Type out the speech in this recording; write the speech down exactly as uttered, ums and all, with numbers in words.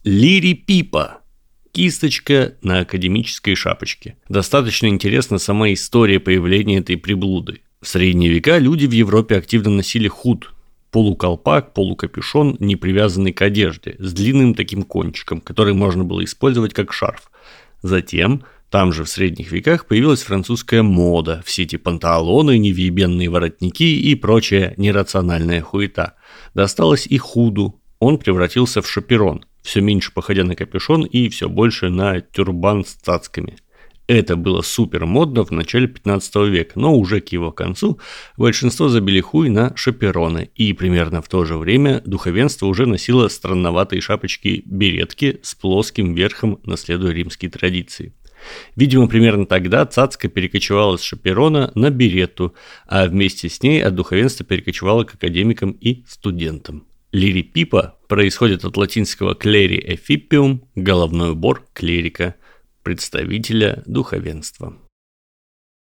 Лирипипа. Кисточка на академической шапочке. Достаточно интересна сама история появления этой приблуды. В средние века люди в Европе активно носили худ. Полуколпак, полукапюшон, не привязанный к одежде, с длинным таким кончиком, который можно было использовать как шарф. Затем, там же в средних веках, появилась французская мода, все эти панталоны, невъебенные воротники и прочая нерациональная хуета. Досталось и худу, он превратился в шаперон, все меньше походя на капюшон и все больше на тюрбан с цацками. Это было супер модно в начале пятнадцатого века, но уже к его концу большинство забили хуй на шапероны, и примерно в то же время духовенство уже носило странноватые шапочки-беретки с плоским верхом, наследуя римские традиции. Видимо, примерно тогда цацка перекочевала с шаперона на беретту, а вместе с ней от духовенства перекочевала к академикам и студентам. Лирипипа происходит от латинского cleri effipium, головной убор клерика, представителя духовенства.